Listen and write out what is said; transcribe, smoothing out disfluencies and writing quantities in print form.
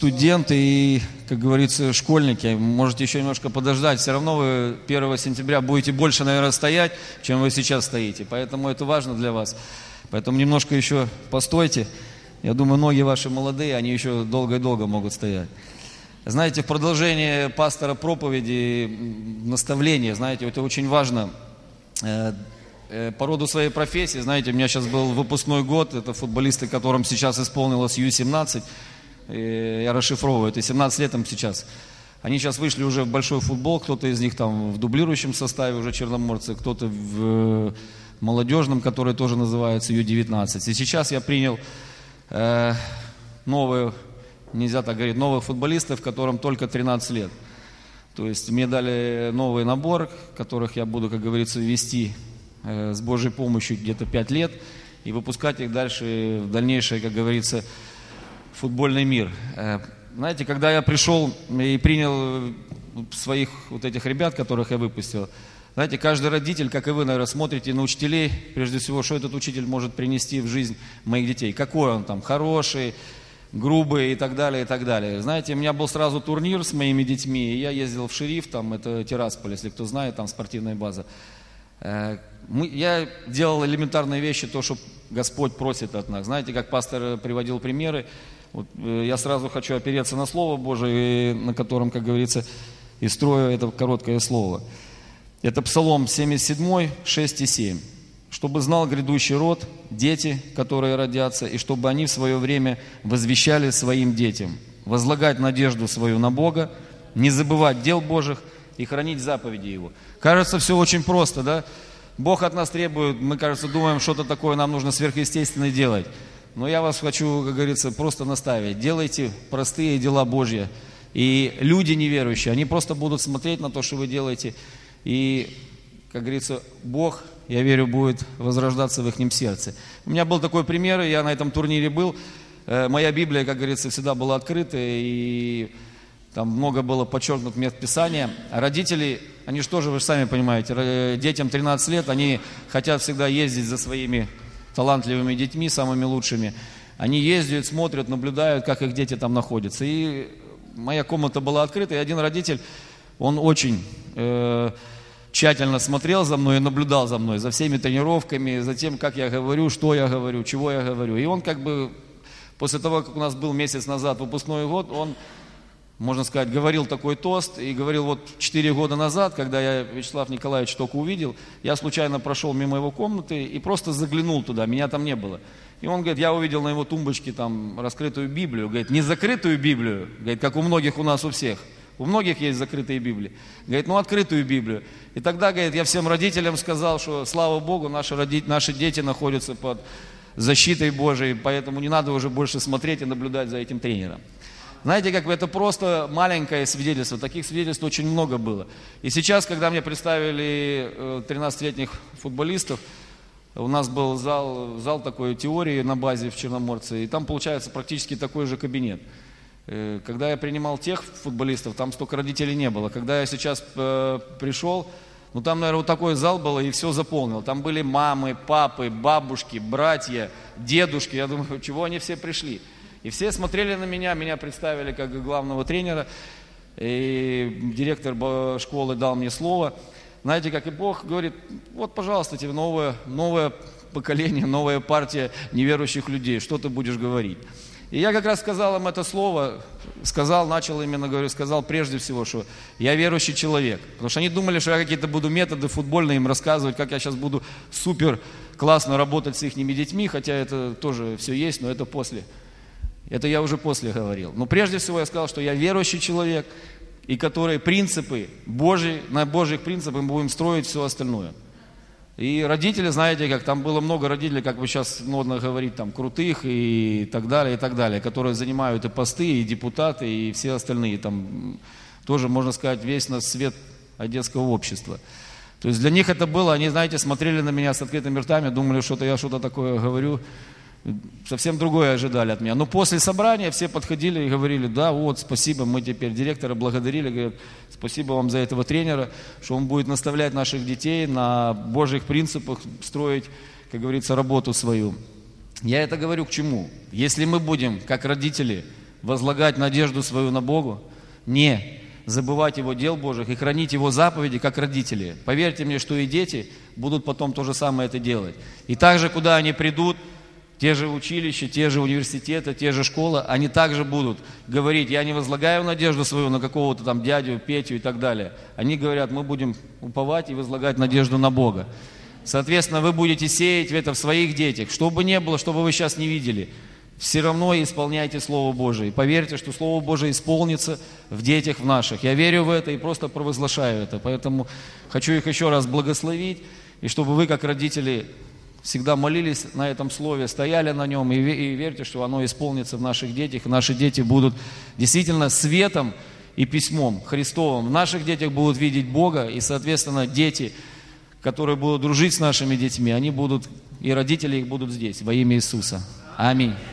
студенты и, как говорится, школьники, можете еще немножко подождать. Все равно вы 1 сентября будете больше, наверное, стоять, чем вы сейчас стоите. Поэтому это важно для вас. Поэтому немножко еще постойте. Я думаю, ноги ваши молодые, они еще долго и долго могут стоять. Знаете, в продолжение пастора проповеди, наставления, знаете, это очень важно. По роду своей профессии, знаете, у меня сейчас был выпускной год, это футболисты, которым сейчас исполнилось Ю-17, я расшифровываю, это 17 лет им сейчас. Они сейчас вышли уже в большой футбол, кто-то из них там в дублирующем составе уже черноморцы, кто-то в молодежном, который тоже называется Ю-19. И сейчас я принял новых футболистов, которым только 13 лет. То есть мне дали новый набор, которых я буду, как говорится, вести с Божьей помощью где-то 5 лет и выпускать их дальше в дальнейшее, как говорится, футбольный мир. Знаете, когда я пришел и принял своих вот этих ребят, которых я выпустил, знаете, каждый родитель, как и вы, наверное, смотрите на учителей, прежде всего, что этот учитель может принести в жизнь моих детей, какой он там, хороший, грубый и так далее, и так далее. Знаете, у меня был сразу турнир с моими детьми, и я ездил в Шериф, там, это Тирасполь, если кто знает, там спортивная база. Я делал элементарные вещи, то, что Господь просит от нас. Знаете, как пастор приводил примеры, вот, я сразу хочу опереться на Слово Божие, на котором, как говорится, и строю это короткое слово. Это Псалом 77, 6 и 7. «Чтобы знал грядущий род, дети, которые родятся, и чтобы они в свое время возвещали своим детям, возлагать надежду свою на Бога, не забывать дел Божьих и хранить заповеди Его». Кажется, все очень просто, да? Бог от нас требует, мы, кажется, думаем, что-то такое нам нужно сверхъестественное делать. Но я вас хочу, как говорится, просто наставить. Делайте простые дела Божьи. И люди неверующие, они просто будут смотреть на то, что вы делаете. И, как говорится, Бог, я верю, будет возрождаться в их сердце. У меня был такой пример, я на этом турнире был. Моя Библия, как говорится, всегда была открыта. И там много было подчеркнут мест Писания. А родители, они же тоже, вы же сами понимаете, детям 13 лет, они хотят всегда ездить за своими талантливыми детьми, самыми лучшими. Они ездят, смотрят, наблюдают, как их дети там находятся. И моя комната была открыта, и один родитель, он очень тщательно смотрел за мной и наблюдал за мной, за всеми тренировками, за тем, как я говорю, что я говорю, чего я говорю. И он как бы, после того, как у нас был месяц назад выпускной год, он, можно сказать, говорил такой тост, и говорил, вот 4 года назад, когда я Вячеслав Николаевич только увидел, я случайно прошел мимо его комнаты и просто заглянул туда, меня там не было. И он говорит, я увидел на его тумбочке там раскрытую Библию, говорит, не закрытую Библию, говорит, как у многих у нас у всех. У многих есть закрытые Библии. Говорит, ну открытую Библию. И тогда, говорит, я всем родителям сказал, что, слава Богу, наши дети находятся под защитой Божией, поэтому не надо уже больше смотреть и наблюдать за этим тренером. Знаете, как бы это просто маленькое свидетельство, таких свидетельств очень много было. И сейчас, когда мне представили 13-летних футболистов, у нас был зал такой теории на базе в Черноморце, и там получается практически такой же кабинет. Когда я принимал тех футболистов, там столько родителей не было. Когда я сейчас пришел, ну там, наверное, вот такой зал был, и все заполнил. Там были мамы, папы, бабушки, братья, дедушки. Я думаю, чего они все пришли? И все смотрели на меня представили как главного тренера. И директор школы дал мне слово. Знаете, как и Бог говорит, вот, пожалуйста, тебе новое поколение, новая партия неверующих людей. Что ты будешь говорить? И я как раз сказал им это слово, сказал прежде всего, что я верующий человек. Потому что они думали, что я какие-то буду методы футбольные им рассказывать, как я сейчас буду супер классно работать с их детьми, хотя это тоже все есть, но это после. Это я уже после говорил. Но прежде всего я сказал, что я верующий человек, и которые принципы Божьи, на Божьих принципах мы будем строить все остальное. И родители, знаете, как там было много родителей, как вы сейчас модно говорить, там, крутых и так далее, которые занимают и посты, и депутаты, и все остальные, там, тоже, можно сказать, весь на свет одесского общества. То есть для них это было, они, знаете, смотрели на меня с открытыми ртами, думали, что я что-то такое говорю, совсем другое ожидали от меня. Но после собрания все подходили и говорили, да, вот, спасибо, мы теперь директора благодарили, говорят, спасибо вам за этого тренера, что он будет наставлять наших детей на Божьих принципах, строить, как говорится, работу свою. Я это говорю к чему? Если мы будем, как родители, возлагать надежду свою на Бога, не забывать Его дел Божьих и хранить Его заповеди, как родители. Поверьте мне, что и дети будут потом то же самое это делать. И также, куда они придут, те же училища, те же университеты, те же школы, они также будут говорить: я не возлагаю надежду свою на какого-то там дядю, Петю и так далее. Они говорят: мы будем уповать и возлагать надежду на Бога. Соответственно, вы будете сеять это в своих детях. Что бы ни было, что бы вы сейчас не видели, все равно исполняйте Слово Божие. И поверьте, что Слово Божие исполнится в детях в наших. Я верю в это и просто провозглашаю это. Поэтому хочу их еще раз благословить, и чтобы вы, как родители, всегда молились на этом слове, стояли на нем и верьте, что оно исполнится в наших детях. И наши дети будут действительно светом и письмом Христовым. В наших детях будут видеть Бога, и, соответственно, дети, которые будут дружить с нашими детьми, они будут, и родители их будут здесь, во имя Иисуса. Аминь.